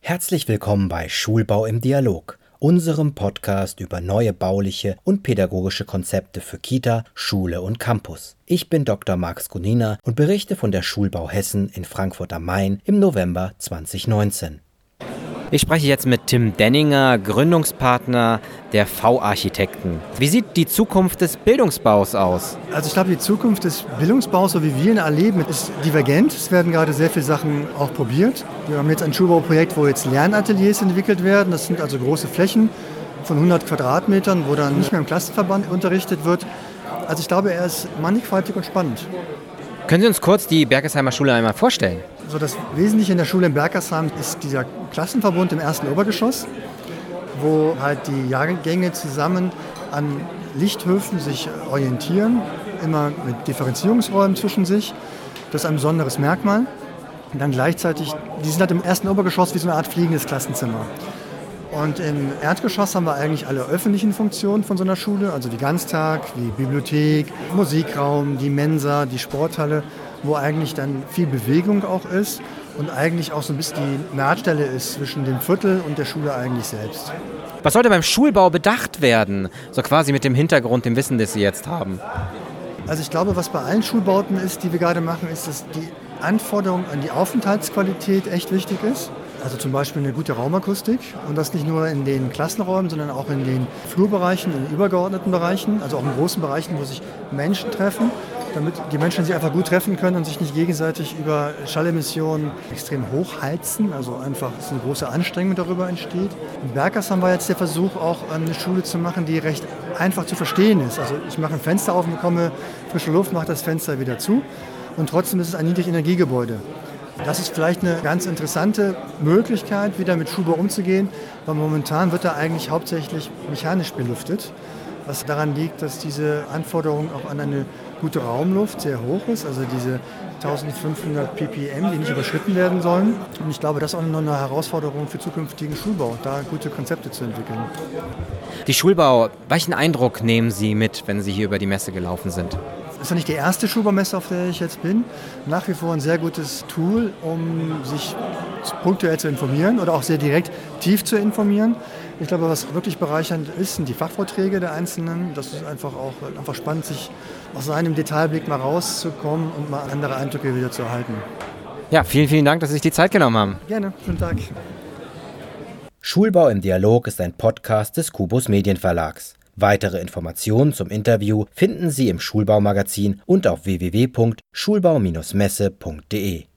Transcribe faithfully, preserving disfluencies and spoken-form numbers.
Herzlich willkommen bei Schulbau im Dialog, unserem Podcast über neue bauliche und pädagogische Konzepte für Kita, Schule und Campus. Ich bin Doktor Marx Gunina und berichte von der Schulbau Hessen in Frankfurt am Main im November zwanzig neunzehn. Ich spreche jetzt mit Tim Denninger, Gründungspartner der V-Architekten. Wie sieht die Zukunft des Bildungsbaus aus? Also ich glaube, die Zukunft des Bildungsbaus, so wie wir ihn erleben, ist divergent. Es werden gerade sehr viele Sachen auch probiert. Wir haben jetzt ein Schulbauprojekt, wo jetzt Lernateliers entwickelt werden. Das sind also große Flächen von hundert Quadratmetern, wo dann nicht mehr im Klassenverband unterrichtet wird. Also ich glaube, er ist mannigfaltig und spannend. Können Sie uns kurz die Bergesheimer Schule einmal vorstellen? So, das Wesentliche in der Schule in Bergersheim ist dieser Klassenverbund im ersten Obergeschoss, wo halt die Jahrgänge zusammen an Lichthöfen sich orientieren, immer mit Differenzierungsräumen zwischen sich. Das ist ein besonderes Merkmal. Und dann gleichzeitig, die sind halt im ersten Obergeschoss wie so eine Art fliegendes Klassenzimmer. Und im Erdgeschoss haben wir eigentlich alle öffentlichen Funktionen von so einer Schule, also die Ganztag, die Bibliothek, Musikraum, die Mensa, die Sporthalle, wo eigentlich dann viel Bewegung auch ist und eigentlich auch so ein bisschen die Nahtstelle ist zwischen dem Viertel und der Schule eigentlich selbst. Was sollte beim Schulbau bedacht werden, so quasi mit dem Hintergrund, dem Wissen, das Sie jetzt haben? Also ich glaube, was bei allen Schulbauten ist, die wir gerade machen, ist, dass die Anforderung an die Aufenthaltsqualität echt wichtig ist. Also zum Beispiel eine gute Raumakustik und das nicht nur in den Klassenräumen, sondern auch in den Flurbereichen, in den übergeordneten Bereichen, also auch in großen Bereichen, wo sich Menschen treffen, damit die Menschen sich einfach gut treffen können und sich nicht gegenseitig über Schallemissionen extrem hochheizen, also einfach dass eine große Anstrengung darüber entsteht. In Bergersheim war jetzt der Versuch, auch eine Schule zu machen, die recht einfach zu verstehen ist. Also ich mache ein Fenster auf und bekomme frische Luft, mache das Fenster wieder zu und trotzdem ist es ein Niedrigenergiegebäude. Das ist vielleicht eine ganz interessante Möglichkeit, wieder mit Schulbau umzugehen, weil momentan wird da eigentlich hauptsächlich mechanisch belüftet, was daran liegt, dass diese Anforderung auch an eine gute Raumluft sehr hoch ist, also diese eintausendfünfhundert ppm, die nicht überschritten werden sollen. Und ich glaube, das ist auch noch eine Herausforderung für zukünftigen Schulbau, da gute Konzepte zu entwickeln. Die Schulbau, welchen Eindruck nehmen Sie mit, wenn Sie hier über die Messe gelaufen sind? Das ist ja nicht die erste Schulbaumesse, auf der ich jetzt bin. Nach wie vor ein sehr gutes Tool, um sich punktuell zu informieren oder auch sehr direkt tief zu informieren. Ich glaube, was wirklich bereichernd ist, sind die Fachvorträge der Einzelnen. Das ist einfach auch einfach spannend, sich aus seinem Detailblick mal rauszukommen und mal andere Eindrücke wieder zu erhalten. Ja, vielen, vielen Dank, dass Sie sich die Zeit genommen haben. Gerne, schönen Tag. Schulbau im Dialog ist ein Podcast des Kubus Medienverlags. Weitere Informationen zum Interview finden Sie im Schulbaumagazin und auf w w w punkt schulbau Bindestrich messe punkt de.